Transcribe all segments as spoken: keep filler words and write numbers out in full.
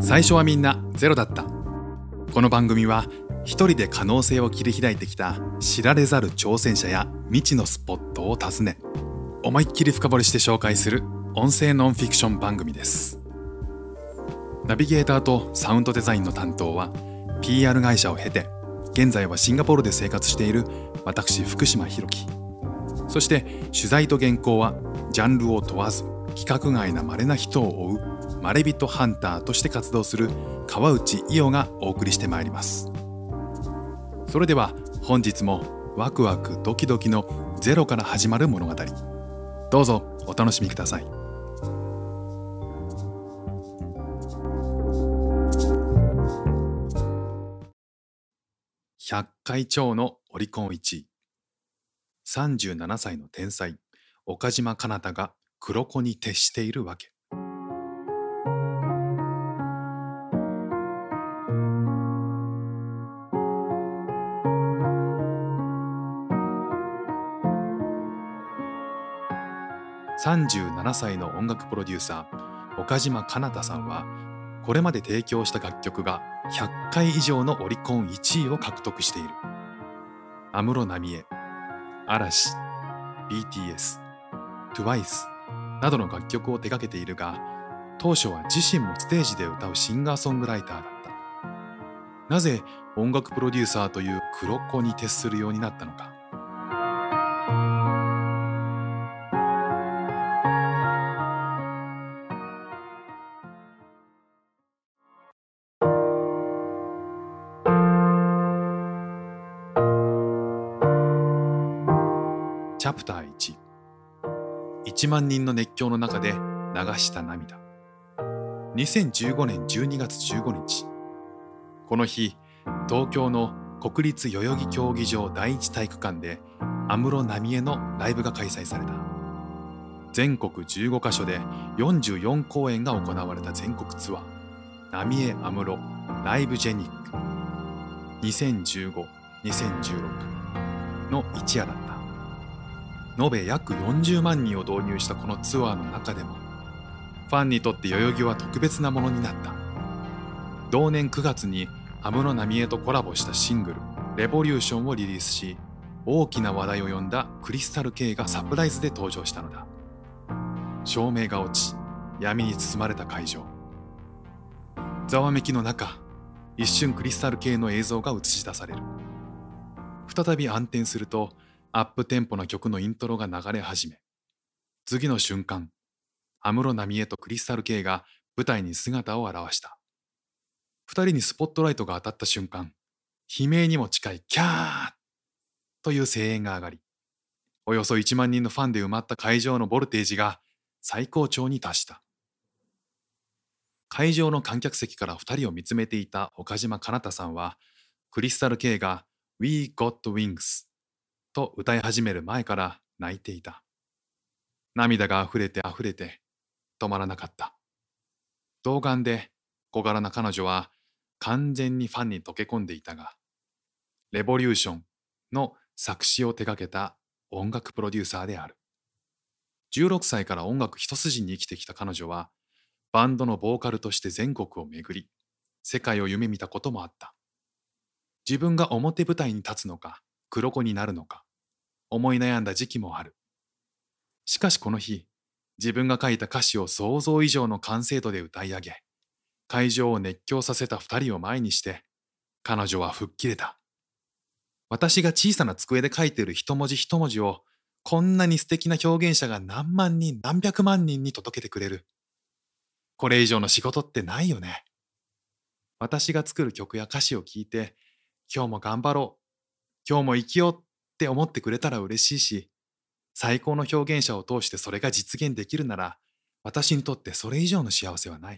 最初はみんなゼロだった。この番組は一人で可能性を切り開いてきた知られざる挑戦者や未知のスポットを訪ね、思いっきり深掘りして紹介する音声ノンフィクション番組です。ナビゲーターとサウンドデザインの担当は ピーアール 会社を経て現在はシンガポールで生活している私福島弘樹。そして取材と原稿はジャンルを問わず規格外な稀な人を追うまれびとハンターとして活動する川内伊代がお送りしてまいります。それでは本日もワクワクドキドキのゼロから始まる物語、どうぞお楽しみください。ひゃっかい超のオリコンいちい、さんじゅうななさいの天才岡島かなたが黒子に徹しているわけ。さんじゅうななさいの音楽プロデューサー岡島かなたさんは、これまで提供した楽曲がひゃっかい以上のオリコンいちいを獲得している。安室奈美恵、嵐、ビーティーエス、トゥワイス などの楽曲を手掛けているが、当初は自身もステージで歌うシンガーソングライターだった。なぜ音楽プロデューサーという黒子に徹するようになったのか。チャプターいち、いちまんにんの熱狂の中で流した涙。にせんじゅうごねんじゅうにがつじゅうごにち、この日、東京の国立代々木競技場第一体育館で安室奈美恵のライブが開催された。全国じゅうごかしょでよんじゅうよんこうえんが行われた全国ツアー、奈美恵安室ライブジェニックにせんじゅうご、にせんじゅうろくの一夜だった。延べ約よんじゅうまんにんを導入したこのツアーの中でも、ファンにとって代々木は特別なものになった。同年くがつに安室奈美恵とコラボしたシングル「レボリューション」をリリースし、大きな話題を呼んだクリスタル K がサプライズで登場したのだ。照明が落ち、闇に包まれた会場。ざわめきの中、一瞬クリスタル K の映像が映し出される。再び暗転すると、アップテンポな曲のイントロが流れ始め、次の瞬間、安室奈美恵とクリスタル K が舞台に姿を現した。二人にスポットライトが当たった瞬間、悲鳴にも近いキャーという声援が上がり、およそいちまんにんのファンで埋まった会場のボルテージが最高潮に達した。会場の観客席から二人を見つめていた岡島かなたさんは、クリスタル K が We Got Wingsと歌い始める前から泣いていた。涙が溢れて溢れて止まらなかった。童顔で小柄な彼女は完全にファンに溶け込んでいたが、レボリューションの作詞を手掛けた音楽プロデューサーである。じゅうろくさいから音楽一筋に生きてきた彼女は、バンドのボーカルとして全国を巡り、世界を夢見たこともあった。自分が表舞台に立つのか、黒子になるのか、思い悩んだ時期もある。しかしこの日、自分が書いた歌詞を想像以上の完成度で歌い上げ、会場を熱狂させた二人を前にして、彼女は吹っ切れた。私が小さな机で書いている一文字一文字を、こんなに素敵な表現者が何万人何百万人に届けてくれる。これ以上の仕事ってないよね。私が作る曲や歌詞を聞いて、今日も頑張ろう、今日も生きようって思ってくれたら嬉しいし、最高の表現者を通してそれが実現できるなら、私にとってそれ以上の幸せはない。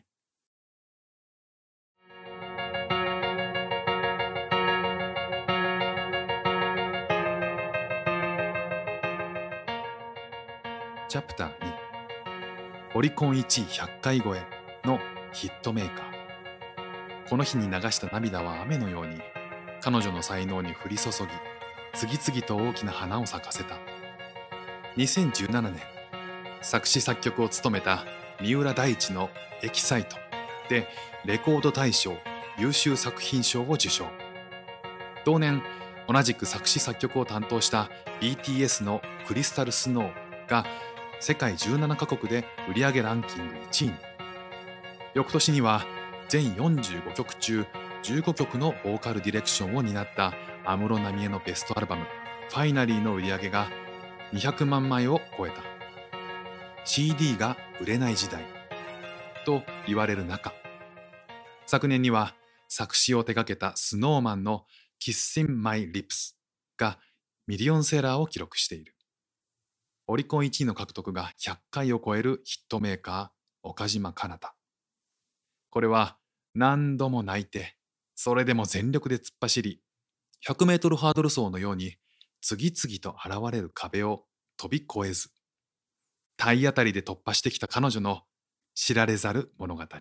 チャプターに、オリコンいちいひゃっかい超えのヒットメーカー。この日に流した涙は雨のように彼女の才能に降り注ぎ、次々と大きな花を咲かせた。にせんじゅうななねん、作詞作曲を務めた三浦大知のエキサイトでレコード大賞優秀作品賞を受賞。同年、同じく作詞作曲を担当した ビーティーエス のクリスタル・スノーが世界じゅうななカ国で売上ランキングいちいに。翌年には全よんじゅうごきょく中じゅうごきょくのボーカルディレクションを担った安室奈美恵のベストアルバムファイナリーの売り上げがにひゃくまんまいを超えた。 シーディー が売れない時代と言われる中、昨年には作詞を手掛けたスノーマンの Kissing My Lips がミリオンセラーを記録している。オリコンいちいの獲得がひゃっかいを超えるヒットメーカー岡島かな多。これは何度も泣いて、それでも全力で突っ走り、ひゃくメートルハードル走のように次々と現れる壁を飛び越えず、体当たりで突破してきた彼女の知られざる物語。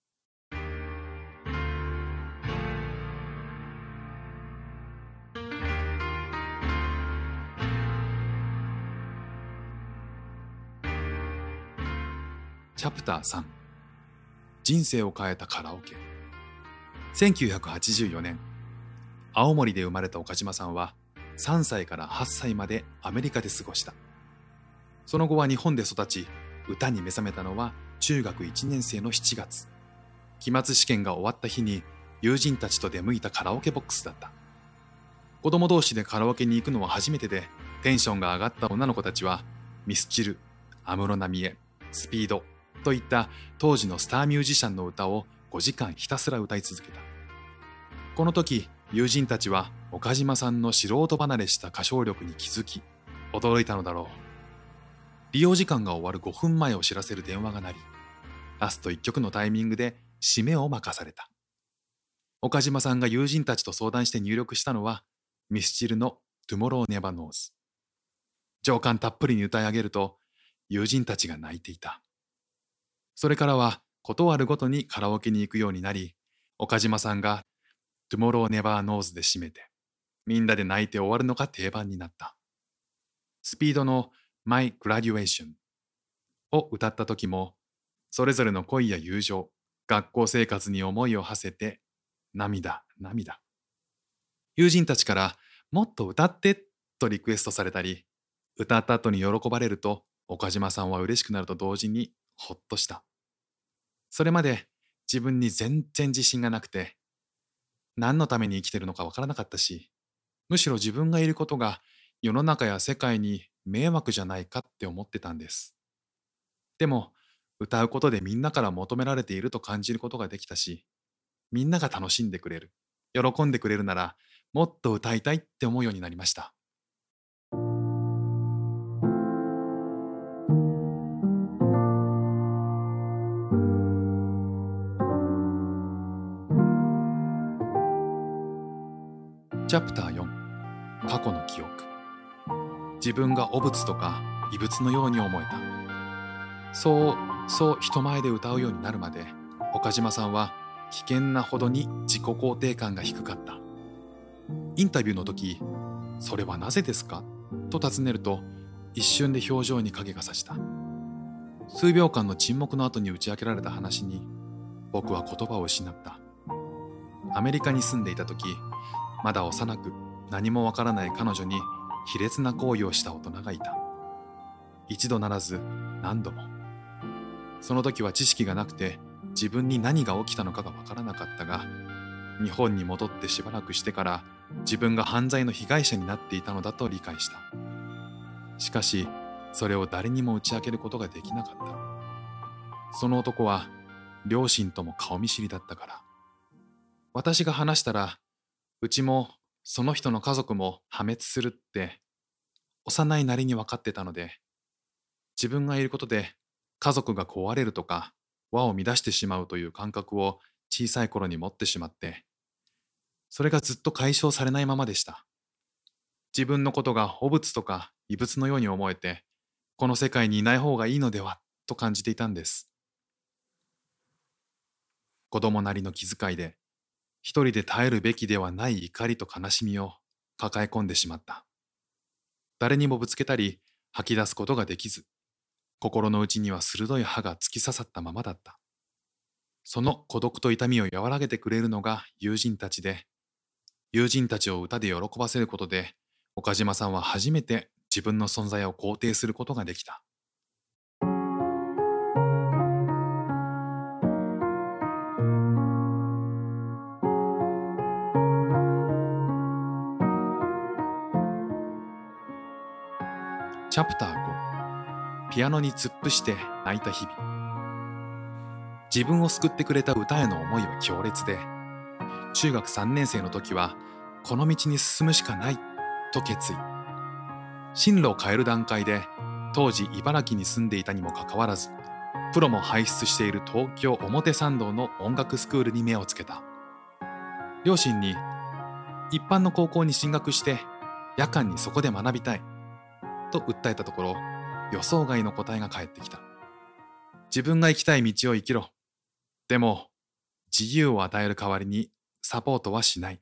チャプターさん、人生を変えたカラオケ。せんきゅうひゃくはちじゅうよねん、青森で生まれた岡島さんはさんさいからはっさいまでアメリカで過ごした。その後は日本で育ち、歌に目覚めたのは中学いちねんせいのしちがつ。期末試験が終わった日に友人たちと出向いたカラオケボックスだった。子供同士でカラオケに行くのは初めてで、テンションが上がった女の子たちはミスチル、安室奈美恵、スピードといった当時のスターミュージシャンの歌をごじかんひたすら歌い続けた。この時、友人たちは岡島さんの素人離れした歌唱力に気づき、驚いたのだろう。利用時間が終わるごふんまえを知らせる電話が鳴り、ラストいっきょくのタイミングで締めを任された。岡島さんが友人たちと相談して入力したのは、ミスチルの Tomorrow Never Knows。情感たっぷりに歌い上げると、友人たちが泣いていた。それからは、ことあるごとにカラオケに行くようになり、岡島さんが Tomorrow Never Knows で締めて、みんなで泣いて終わるのが定番になった。スピードの My Graduation を歌った時も、それぞれの恋や友情、学校生活に思いを馳せて、涙、涙。友人たちからもっと歌ってとリクエストされたり、歌った後に喜ばれると岡島さんは嬉しくなると同時にほっとした。それまで自分に全然自信がなくて、何のために生きてるのかわからなかったし、むしろ自分がいることが世の中や世界に迷惑じゃないかって思ってたんです。でも、歌うことでみんなから求められていると感じることができたし、みんなが楽しんでくれる、喜んでくれるなら、もっと歌いたいって思うようになりました。チャプターよん、過去の記憶。自分が汚物とか異物のように思えた。そう、そう人前で歌うようになるまで、岡島さんは危険なほどに自己肯定感が低かった。インタビューの時、それはなぜですかと尋ねると、一瞬で表情に影がさした。数秒間の沈黙の後に打ち明けられた話に、僕は言葉を失った。アメリカに住んでいた時、まだ幼く何もわからない彼女に卑劣な行為をした大人がいた。一度ならず何度も。その時は知識がなくて自分に何が起きたのかがわからなかったが、日本に戻ってしばらくしてから自分が犯罪の被害者になっていたのだと理解した。しかし、それを誰にも打ち明けることができなかった。その男は両親とも顔見知りだったから。私が話したら、うちもその人の家族も破滅するって幼いなりに分かってたので、自分がいることで家族が壊れるとか輪を乱してしまうという感覚を小さい頃に持ってしまって、それがずっと解消されないままでした。自分のことが汚物とか異物のように思えて、この世界にいない方がいいのではと感じていたんです。子供なりの気遣いで、一人で耐えるべきではない怒りと悲しみを抱え込んでしまった。誰にもぶつけたり吐き出すことができず、心の内には鋭い刃が突き刺さったままだった。 その孤独と痛みを和らげてくれるのが友人たちで、友人たちを歌で喜ばせることで、岡島さんは初めて自分の存在を肯定することができた。チャプターご、ピアノに突っ伏して泣いた日々。自分を救ってくれた歌への思いは強烈で、中学さんねん生の時はこの道に進むしかないと決意。進路を変える段階で、当時茨城に住んでいたにもかかわらず、プロも輩出している東京表参道の音楽スクールに目をつけた。両親に一般の高校に進学して夜間にそこで学びたいと訴えたところ、予想外の答えが返ってきた。自分が行きたい道を生きろ。でも自由を与える代わりにサポートはしない。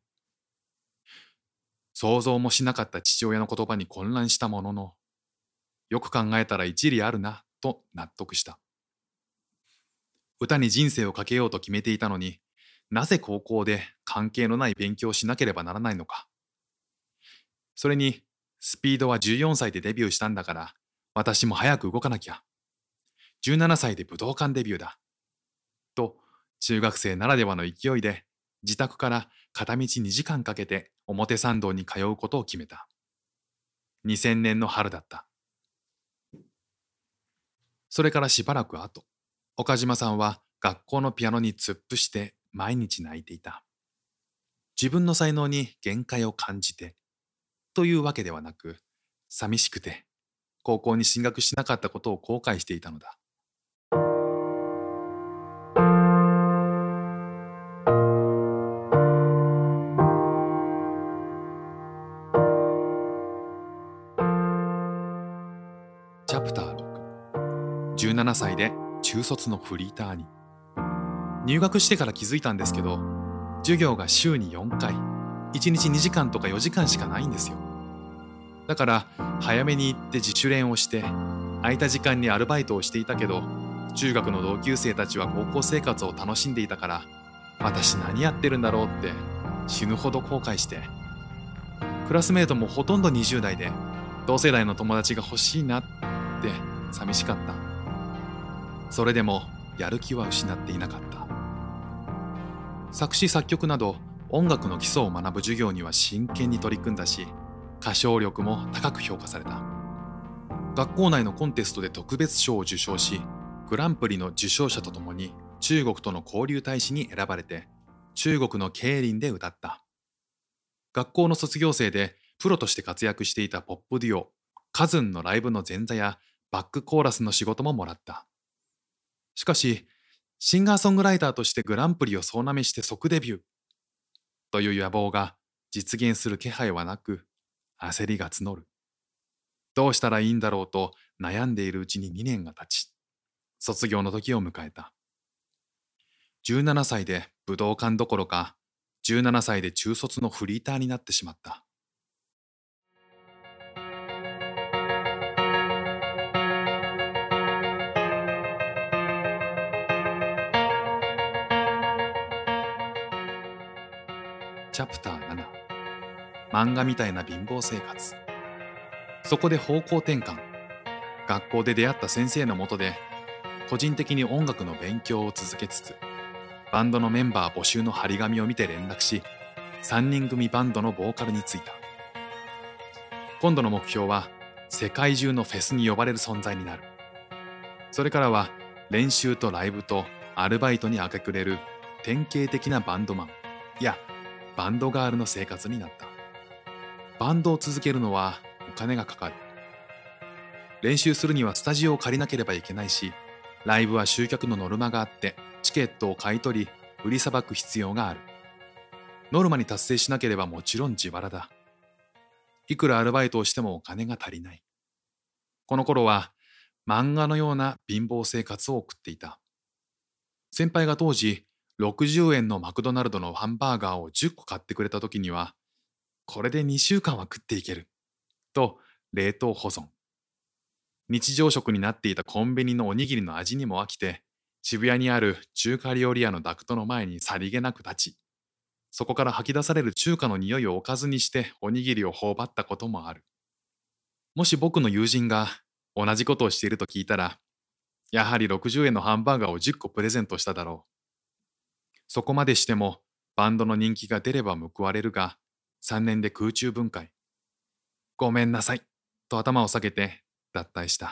想像もしなかった父親の言葉に混乱したものの、よく考えたら一理あるなと納得した。歌に人生をかけようと決めていたのに、なぜ高校で関係のない勉強をしなければならないのか。それに、スピードはじゅうよんさいでデビューしたんだから、私も早く動かなきゃ。じゅうななさいで武道館デビューだ。と、中学生ならではの勢いで、自宅から片道にじかんかけて表参道に通うことを決めた。にせんねんの春だった。それからしばらく後、岡島さんは学校のピアノに突っ伏して毎日泣いていた。自分の才能に限界を感じて、というわけではなく、寂しくて、高校に進学しなかったことを後悔していたのだ。チャプターろく、じゅうななさいで中卒のフリーターに。入学してから気づいたんですけど、授業が週によんかい、いちにちにじかんとかよじかんしかないんですよ。だから早めに行って自主練をして、空いた時間にアルバイトをしていたけど、中学の同級生たちは高校生活を楽しんでいたから、私何やってるんだろうって死ぬほど後悔して、クラスメートもほとんどにじゅう代で、同世代の友達が欲しいなって寂しかった。それでもやる気は失っていなかった。作詞作曲など音楽の基礎を学ぶ授業には真剣に取り組んだし、歌唱力も高く評価された。学校内のコンテストで特別賞を受賞し、グランプリの受賞者とともに中国との交流大使に選ばれて、中国の桂林で歌った。学校の卒業生でプロとして活躍していたポップデュオ、カズンのライブの前座やバックコーラスの仕事ももらった。しかし、シンガーソングライターとしてグランプリを総なめして即デビューという野望が実現する気配はなく、焦りが募る。どうしたらいいんだろうと悩んでいるうちににねんが経ち、卒業の時を迎えた。じゅうななさいで武道館どころか、じゅうななさいで中卒のフリーターになってしまった。チャプターなな、漫画みたいな貧乏生活。そこで方向転換。学校で出会った先生の下で、個人的に音楽の勉強を続けつつ、バンドのメンバー募集の張り紙を見て連絡し、さんにん組バンドのボーカルに就いた。今度の目標は、世界中のフェスに呼ばれる存在になる。それからは、練習とライブとアルバイトに明け暮れる典型的なバンドマン、いや、バンドガールの生活になった。バンドを続けるのはお金がかかる。練習するにはスタジオを借りなければいけないし、ライブは集客のノルマがあって、チケットを買い取り、売りさばく必要がある。ノルマに達成しなければもちろん自腹だ。いくらアルバイトをしてもお金が足りない。この頃は漫画のような貧乏生活を送っていた。先輩が当時、ろくじゅうえんのマクドナルドのハンバーガーをじゅっこ買ってくれた時には、これでにしゅうかんは食っていける。と冷凍保存。日常食になっていたコンビニのおにぎりの味にも飽きて、 渋谷にある中華料理屋のダクトの前にさりげなく立ち、そこから吐き出される中華の匂いをおかずにしておにぎりを頬張ったこともある。もし僕の友人が同じことをしていると聞いたら、やはりろくじゅうえんのハンバーガーをじゅっこプレゼントしただろう。そこまでしてもバンドの人気が出れば報われるが、さんねんで空中分解。ごめんなさい、と頭を下げて脱退した。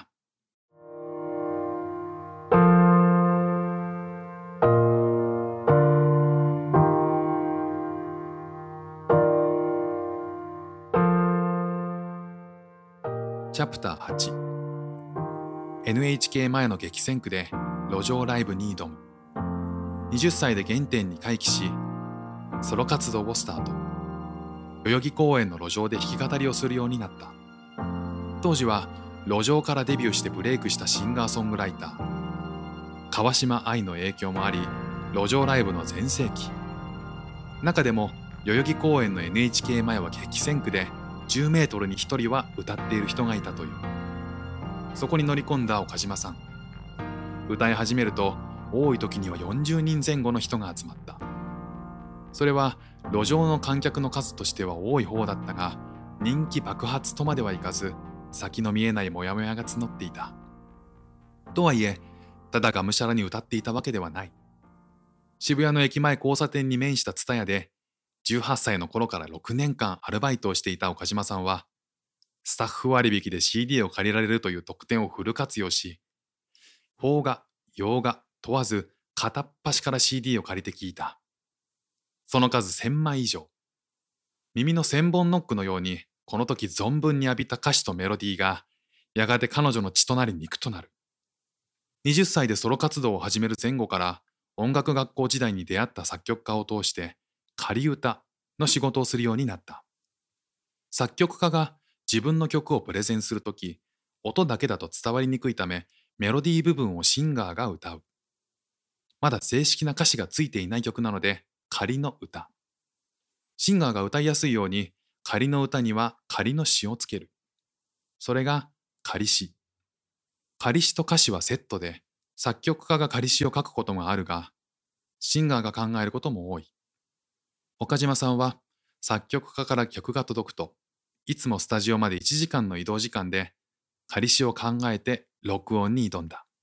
チャプターはち。エヌエイチケー 前の激戦区で路上ライブに挑む。はたちで原点に回帰し、ソロ活動をスタート。代々木公園の路上で弾き語りをするようになった。当時は路上からデビューしてブレイクしたシンガーソングライター、川島愛の影響もあり、路上ライブの全盛期。中でも代々木公園の エヌエイチケー 前は激戦区で、じゅうメートルにひとりは歌っている人がいたという。そこに乗り込んだ岡島さん。歌い始めると多い時にはよんじゅうにんぜん後の人が集まった。それは路上の観客の数としては多い方だったが、人気爆発とまではいかず、先の見えないモヤモヤが募っていた。とはいえ、ただがむしゃらに歌っていたわけではない。渋谷の駅前交差点に面したツタヤで、じゅうはっさいの頃からろくねんかんアルバイトをしていた岡島さんは、スタッフ割引で シーディー を借りられるという特典をフル活用し、邦画、洋画問わず片っ端から シーディー を借りて聞いた。その数せんまい以上。耳の千本ノックのように、この時存分に浴びた歌詞とメロディーが、やがて彼女の血となり肉となる。はたちでソロ活動を始める前後から、音楽学校時代に出会った作曲家を通して、仮歌の仕事をするようになった。作曲家が自分の曲をプレゼンするとき、音だけだと伝わりにくいため、メロディー部分をシンガーが歌う。まだ正式な歌詞がついていない曲なので、仮の歌。シンガーが歌いやすいように、仮の歌には仮の詩をつける。それが仮詩。仮詩と歌詞はセットで、作曲家が仮詩を書くことがあるが、シンガーが考えることも多い。岡島さんは作曲家から曲が届くと、いつもスタジオまでいちじかんの移動時間で仮詩を考えて録音に挑んだ。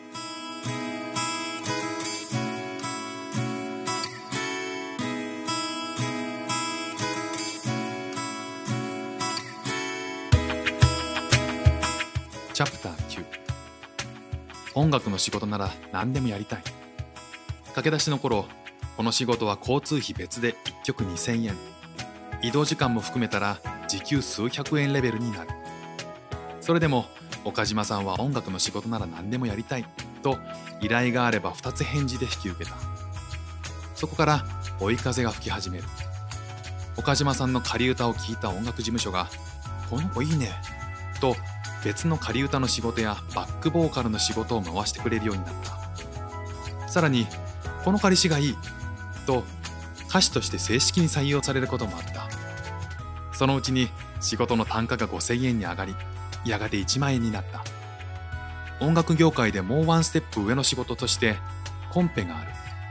チャプターきゅう。音楽の仕事なら何でもやりたい。駆け出しの頃、この仕事は交通費別でいっきょくにせんえん。移動時間も含めたら時給数百円レベルになる。それでも岡島さんは音楽の仕事なら何でもやりたいと依頼があればふたつ返事で引き受けた。そこから追い風が吹き始める。岡島さんの仮歌を聴いた音楽事務所がこの子いいねと別の仮歌の仕事やバックボーカルの仕事を回してくれるようになった。さらにこの仮詩がいいと歌手として正式に採用されることもあった。そのうちに仕事の単価がごせんえんに上がり、やがていちまんえんになった。音楽業界でもうワンステップ上の仕事としてコンペがある。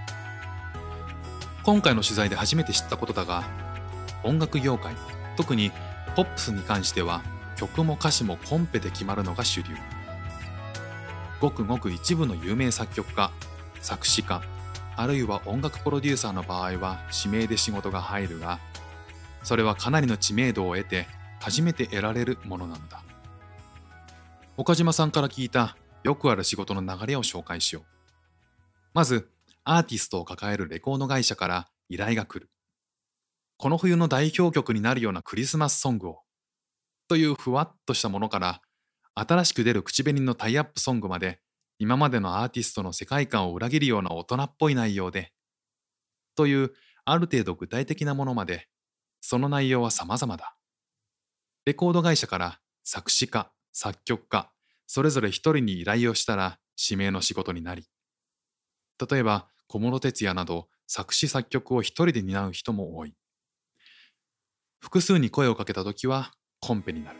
今回の取材で初めて知ったことだが、音楽業界、特にポップスに関しては曲も歌詞もコンペで決まるのが主流。ごくごく一部の有名作曲家、作詞家、あるいは音楽プロデューサーの場合は指名で仕事が入るが、それはかなりの知名度を得て初めて得られるものなのだ。岡島さんから聞いたよくある仕事の流れを紹介しよう。まず、アーティストを抱えるレコード会社から依頼が来る。この冬の代表曲になるようなクリスマスソングをというふわっとしたものから、新しく出る口紅のタイアップソングまで、今までのアーティストの世界観を裏切るような大人っぽい内容で、というある程度具体的なものまで、その内容は様々だ。レコード会社から作詞家、作曲家、それぞれ一人に依頼をしたら指名の仕事になり、例えば小室哲哉など作詞作曲を一人で担う人も多い。複数に声をかけたときはコンペになる。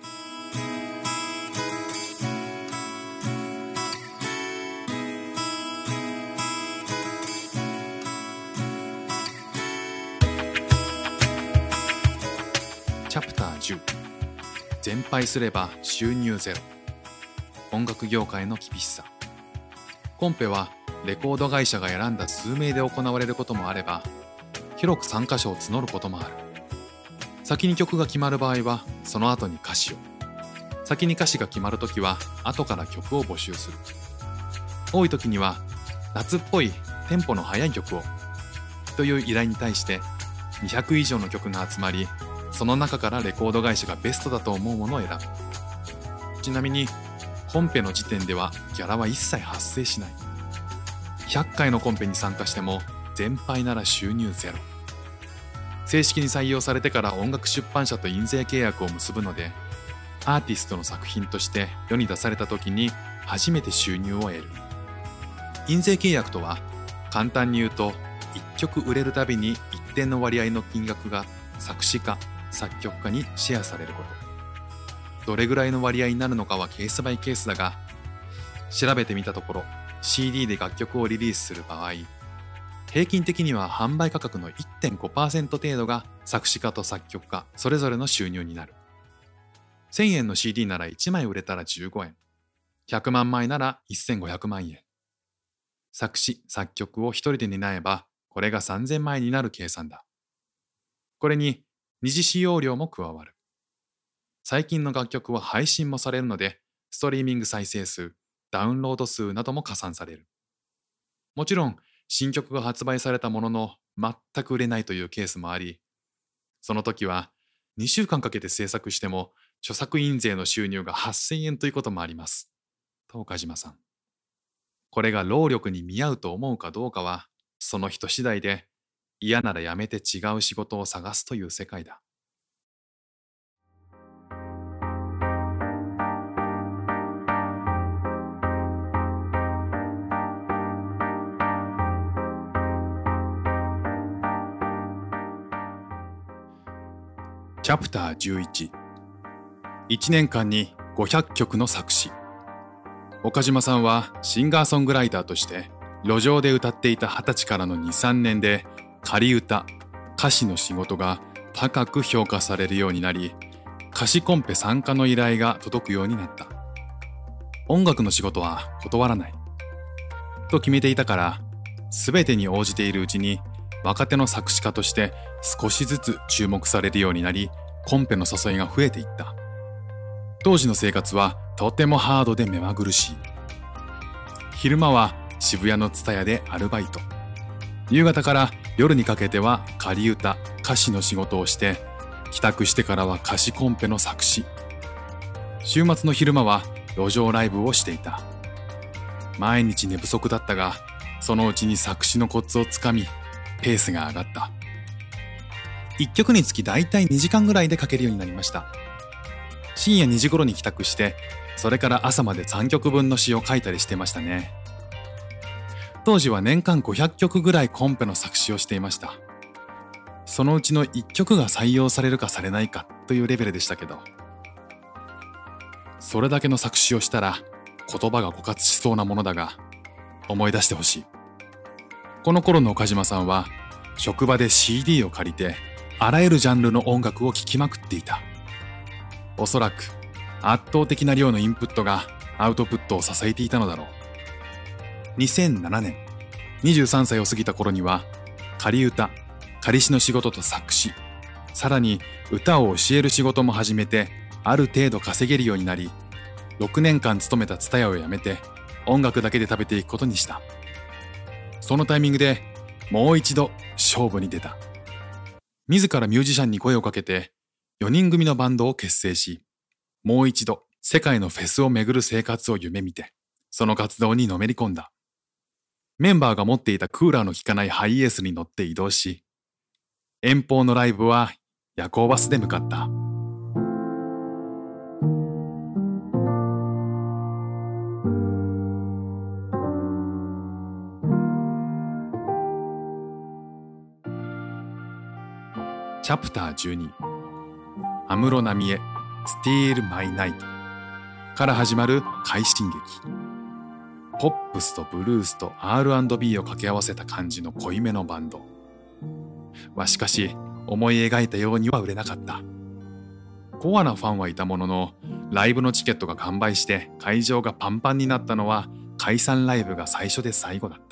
じゅう。全敗すれば収入ゼロ。音楽業界の厳しさ。コンペはレコード会社が選んだ数名で行われることもあれば、広く参加者を募ることもある。先に曲が決まる場合はその後に歌詞を、先に歌詞が決まるときは後から曲を募集する。多い時には夏っぽいテンポの速い曲をという依頼に対してにひゃく以上の曲が集まり、その中からレコード会社がベストだと思うものを選ぶ。ちなみにコンペの時点ではギャラは一切発生しない。ひゃっかいのコンペに参加しても全敗なら収入ゼロ。正式に採用されてから音楽出版社と印税契約を結ぶので、アーティストの作品として世に出された時に初めて収入を得る。印税契約とは簡単に言うと、いっきょく売れるたびに一定の割合の金額が作詞家、作曲家にシェアされること。どれぐらいの割合になるのかはケースバイケースだが、調べてみたところ シーディー で楽曲をリリースする場合、平均的には販売価格の いってんごパーセント 程度が作詞家と作曲家それぞれの収入になる。せんえんの シーディー ならいちまい売れたらじゅうごえん、ひゃくまんまいならせんごひゃくまんえん。作詞・作曲を一人で担えば、これがさんぜんまいになる計算だ。これに二次使用料も加わる。最近の楽曲は配信もされるので、ストリーミング再生数、ダウンロード数なども加算される。もちろん、新曲が発売されたものの全く売れないというケースもあり、その時はにしゅうかんかけて制作しても著作印税の収入がはっせんえんということもあります。と岡島さん。これが労力に見合うと思うかどうかはその人次第で、嫌ならやめて違う仕事を探すという世界だ。チャプターじゅういち。いちねんかんにごひゃっきょくの作詞。岡島さんはシンガーソングライターとして路上で歌っていたはたちからのに、さんねんで仮歌、歌詞の仕事が高く評価されるようになり、歌詞コンペ参加の依頼が届くようになった。音楽の仕事は断らないと決めていたから、全てに応じているうちに若手の作詞家として少しずつ注目されるようになり、コンペの誘いが増えていった。当時の生活はとてもハードで目まぐるしい。昼間は渋谷の蔦屋でアルバイト。夕方から夜にかけては仮歌、歌詞の仕事をして、帰宅してからは歌詞コンペの作詞。週末の昼間は路上ライブをしていた。毎日寝不足だったが、そのうちに作詞のコツをつかみ、ペースが上がった。いっきょくにつきだいたいにじかんぐらいで書けるようになりました。深夜にじ頃に帰宅して、それから朝までさんきょくぶんの詩を書いたりしてましたね。当時は年間ごひゃっきょくぐらいコンペの作詞をしていました。そのうちのいっきょくが採用されるかされないかというレベルでしたけど。それだけの作詞をしたら言葉が枯渇しそうなものだが、思い出してほしい。この頃の岡島さんは職場で シーディー を借りてあらゆるジャンルの音楽を聴きまくっていた。おそらく圧倒的な量のインプットがアウトプットを支えていたのだろう。にせんななねん、にじゅうさんさいを過ぎた頃には仮歌、仮詩の仕事と作詞、さらに歌を教える仕事も始めて、ある程度稼げるようになり、ろくねんかん勤めた蔦屋を辞めて音楽だけで食べていくことにした。そのタイミングでもう一度勝負に出た。自らミュージシャンに声をかけてよにん組のバンドを結成し、もう一度世界のフェスを巡る生活を夢見て、その活動にのめり込んだ。メンバーが持っていたクーラーの効かないハイエースに乗って移動し、遠方のライブは夜行バスで向かった。チャプターじゅうに、安室奈美恵 Steal My Night から始まる快進撃。ポップスとブルースと アールアンドビー を掛け合わせた感じの濃いめのバンドは、しかし思い描いたようには売れなかった。 コアなファンはいたものの、ライブのチケットが完売して会場がパンパンになったのは解散ライブが最初で最後だった。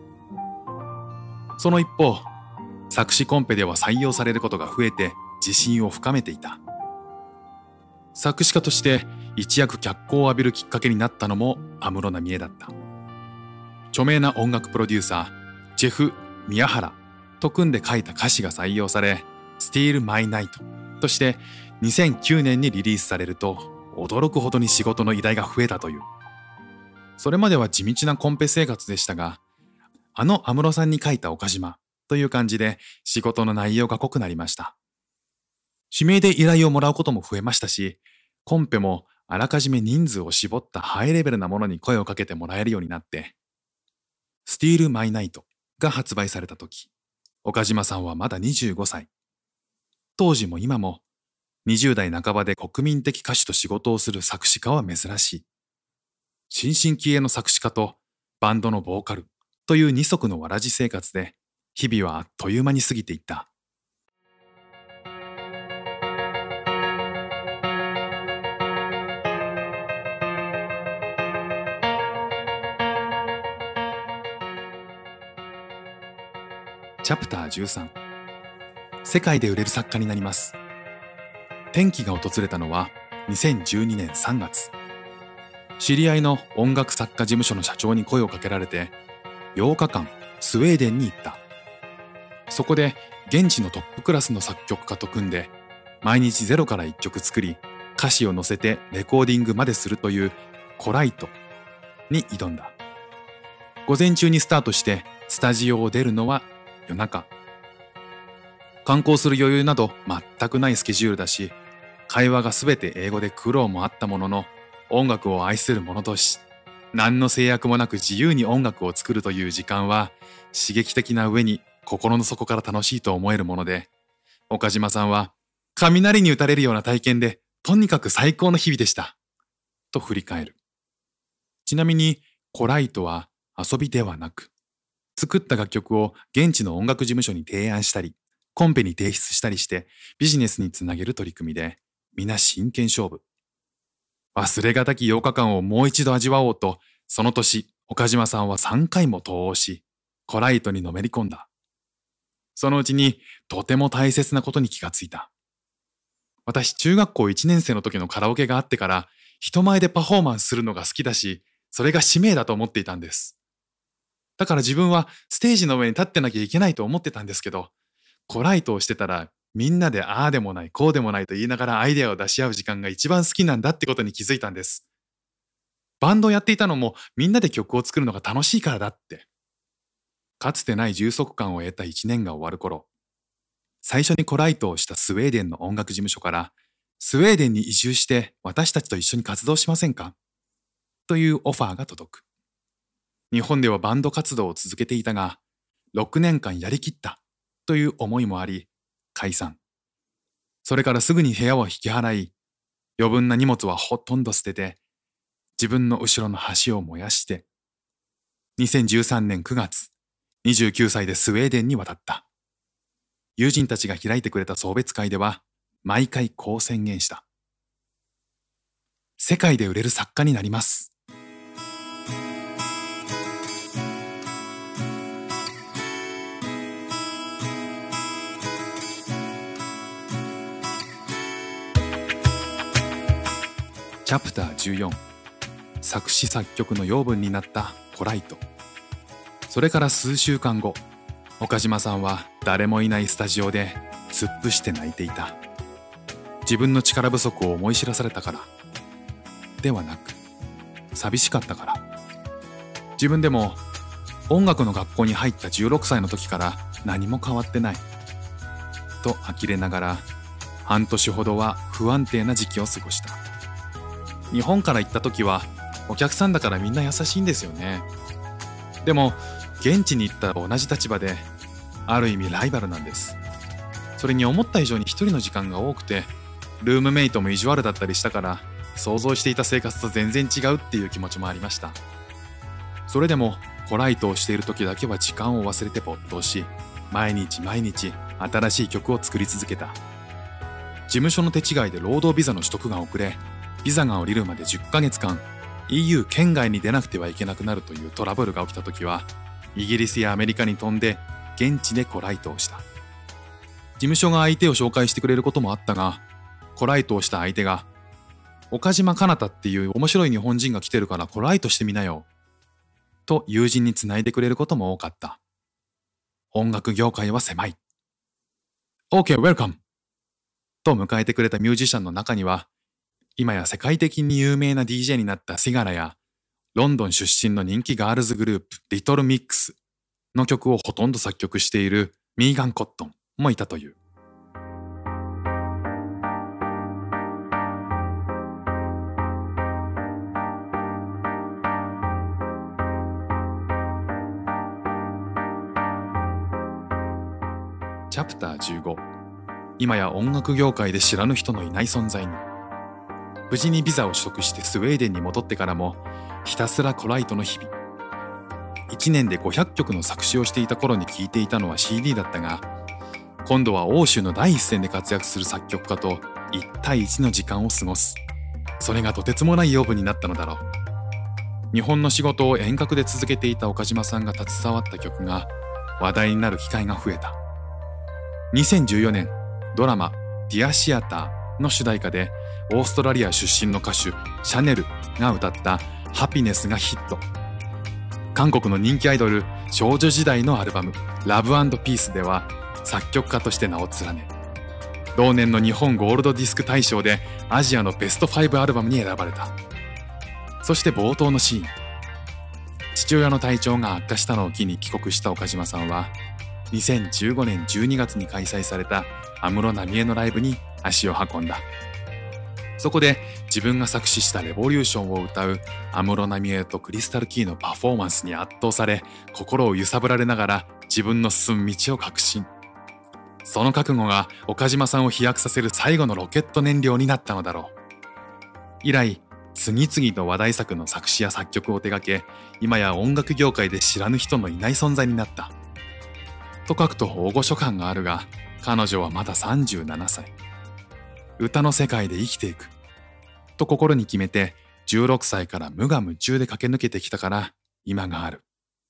その一方、作詞コンペでは採用されることが増えて自信を深めていた。作詞家として一躍脚光を浴びるきっかけになったのも安室奈美恵だった。著名な音楽プロデューサージェフ・宮原と組んで書いた歌詞が採用され、Steal My Night としてにせんきゅうねんにリリースされると驚くほどに仕事の依頼が増えたという。それまでは地道なコンペ生活でしたが、あの安室さんに書いた岡島という感じで仕事の内容が濃くなりました。指名で依頼をもらうことも増えましたし、コンペもあらかじめ人数を絞ったハイレベルなものに声をかけてもらえるようになって、Steal My Night が発売された時、岡島さんはまだにじゅうごさい。当時も今もにじゅう代半ばで国民的歌手と仕事をする作詞家は珍しい。新進気鋭の作詞家とバンドのボーカルという二足のわらじ生活で、日々はあっという間に過ぎていった。チャプターじゅうさん、世界で売れる作家になります。転機が訪れたのはにせんじゅうにねんさんがつ。知り合いの音楽作家事務所の社長に声をかけられて、ようかかんスウェーデンに行った。そこで現地のトップクラスの作曲家と組んで、毎日ゼロからいっきょく作り、歌詞を載せてレコーディングまでするというコライトに挑んだ。午前中にスタートしてスタジオを出るのは夜中。観光する余裕など全くないスケジュールだし、会話がすべて英語で苦労もあったものの、音楽を愛する者同士、何の制約もなく自由に音楽を作るという時間は刺激的な上に心の底から楽しいと思えるもので、岡島さんは雷に打たれるような体験でとにかく最高の日々でしたと振り返る。ちなみにコライトは遊びではなく、作った楽曲を現地の音楽事務所に提案したり、コンペに提出したりしてビジネスにつなげる取り組みで、皆真剣勝負。忘れがたきようかかんをもう一度味わおうと、その年、岡島さんはさんかいも投稿し、コライトにのめり込んだ。そのうちにとても大切なことに気がついた。私、中学校いちねん生の時のカラオケがあってから、人前でパフォーマンスするのが好きだし、それが使命だと思っていたんです。だから自分はステージの上に立ってなきゃいけないと思ってたんですけど、コライトをしてたら、みんなでああでもないこうでもないと言いながらアイデアを出し合う時間が一番好きなんだってことに気づいたんです。バンドをやっていたのもみんなで曲を作るのが楽しいからだって。かつてない充足感を得た一年が終わる頃、最初にコライトをしたスウェーデンの音楽事務所から、スウェーデンに移住して私たちと一緒に活動しませんかというオファーが届く。日本ではバンド活動を続けていたが、ろくねんかんやりきったという思いもあり、解散。それからすぐに部屋を引き払い、余分な荷物はほとんど捨てて、自分の後ろの橋を燃やして、にせんじゅうさんねんくがつ、にじゅうきゅうさいでスウェーデンに渡った。友人たちが開いてくれた送別会では、毎回こう宣言した。世界で売れる作家になります。チャプターじゅうよん、作詞作曲の養分になったコライト。それから数週間後、岡島さんは誰もいないスタジオで突っ伏して泣いていた。自分の力不足を思い知らされたから。ではなく、寂しかったから。自分でも音楽の学校に入ったじゅうろくさいの時から何も変わってない。と呆れながら、半年ほどは不安定な時期を過ごした。日本から行った時はお客さんだからみんな優しいんですよね。でも現地に行ったら同じ立場で、ある意味ライバルなんです。それに思った以上に一人の時間が多くて、ルームメイトも意地悪だったりしたから、想像していた生活と全然違うっていう気持ちもありました。それでもコライトをしている時だけは時間を忘れて没頭し、毎日毎日新しい曲を作り続けた。 事務所の手違いで労働ビザの取得が遅れ、ビザが下りるまでじゅっかげつかん イーユー 圏外に出なくてはいけなくなるというトラブルが起きたときは、イギリスやアメリカに飛んで現地でコライトをした。事務所が相手を紹介してくれることもあったが、コライトをした相手が、岡島かなたっていう面白い日本人が来てるからコライトしてみなよ。と友人につないでくれることも多かった。音楽業界は狭い。OK, welcome! と迎えてくれたミュージシャンの中には、今や世界的に有名な ディージェー になったシガラや、ロンドン出身の人気ガールズグループ、リトルミックスの曲をほとんど作曲しているミーガン・コットンもいたという。チャプターじゅうご、今や音楽業界で知らぬ人のいない存在に。無事にビザを取得してスウェーデンに戻ってからも、ひたすらコライトの日々。いちねんでごひゃっきょくの作詞をしていた頃に聴いていたのは シーディー だったが、今度は欧州の第一線で活躍する作曲家といち対いちの時間を過ごす。それがとてつもない養分になったのだろう。日本の仕事を遠隔で続けていた岡島さんが携わった曲が話題になる機会が増えた。にせんじゅうよねん、ドラマ「ディアシアター」の主題歌でオーストラリア出身の歌手シャネルが歌った「ハピネス」がヒット。韓国の人気アイドル少女時代のアルバム「ラブ&ピース」では作曲家として名を連ね、同年の日本ゴールドディスク大賞でアジアのベストファイブアルバムに選ばれた。そして冒頭のシーン、父親の体調が悪化したのを機に帰国した岡島さんはにせんじゅうごねんじゅうにがつに開催された安室奈美恵のライブに足を運んだ。そこで自分が作詞したレボリューションを歌う安室奈美恵とクリスタルキーのパフォーマンスに圧倒され、心を揺さぶられながら自分の進む道を確信。その覚悟が岡島さんを飛躍させる最後のロケット燃料になったのだろう。以来、次々と話題作の作詞や作曲を手掛け、今や音楽業界で知らぬ人のいない存在になった。と書くと大御所感があるが、彼女はまださんじゅうななさい。歌の世界で生きていく。と心に決めて、じゅうろくさいから無我夢中で駆け抜けてきたから、今がある。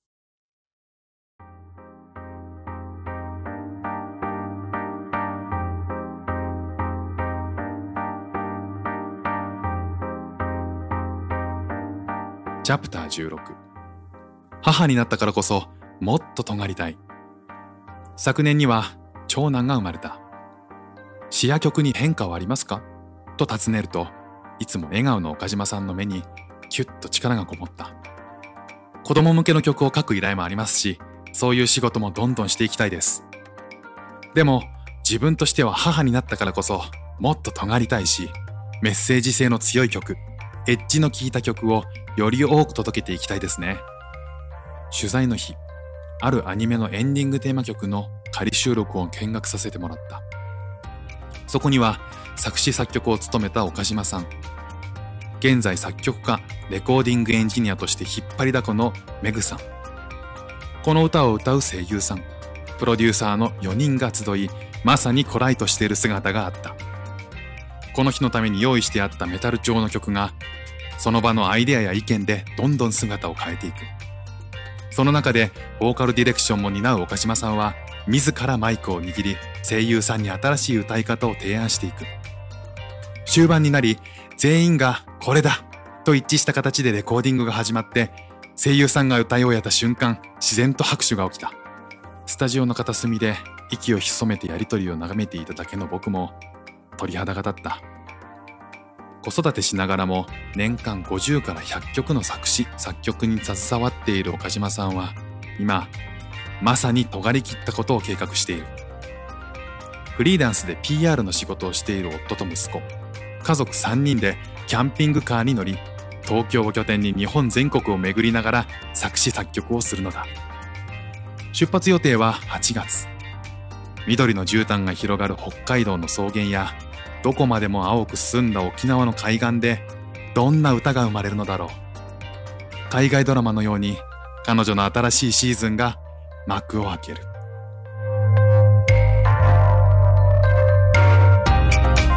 チャプターじゅうろく。母になったからこそ、もっと尖りたい。昨年には長男が生まれた。詩や曲に変化はありますかと尋ねると、いつも笑顔の岡島さんの目にキュッと力がこもった。子供向けの曲を書く依頼もありますし、そういう仕事もどんどんしていきたいです。でも自分としては母になったからこそもっと尖りたいし、メッセージ性の強い曲、エッジの効いた曲をより多く届けていきたいですね。取材の日、あるアニメのエンディングテーマ曲の仮収録を見学させてもらった。そこには作詞作曲を務めた岡島さん、現在作曲家、レコーディングエンジニアとして引っ張りだこのメグさん、この歌を歌う声優さん、プロデューサーのよにんが集い、まさにコライトしている姿があった。この日のために用意してあったメタル調の曲が、その場のアイデアや意見でどんどん姿を変えていく。その中でボーカルディレクションも担う岡島さんは自らマイクを握り、声優さんに新しい歌い方を提案していく。終盤になり、全員がこれだと一致した形でレコーディングが始まって、声優さんが歌い終えた瞬間、自然と拍手が起きた。スタジオの片隅で息を潜めてやりとりを眺めていただけの僕も鳥肌が立った。子育てしながらも年間ごじゅうからひゃっきょくの作詞作曲に携わっている岡島さんは今まさに尖り切ったことを計画している。フリーランスで ピーアール の仕事をしている夫と息子、家族さんにんでキャンピングカーに乗り、東京を拠点に日本全国を巡りながら作詞作曲をするのだ。出発予定ははちがつ。緑の絨毯が広がる北海道の草原や、どこまでも青く澄んだ沖縄の海岸でどんな歌が生まれるのだろう。海外ドラマのように彼女の新しいシーズンが幕を開ける。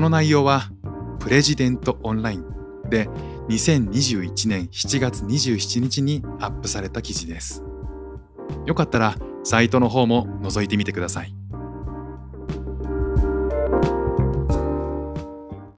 の内容はプレジデントオンラインでにせんにじゅういちねんしちがつにじゅうしちにちにアップされた記事です。よかったらサイトの方も覗いてみてください。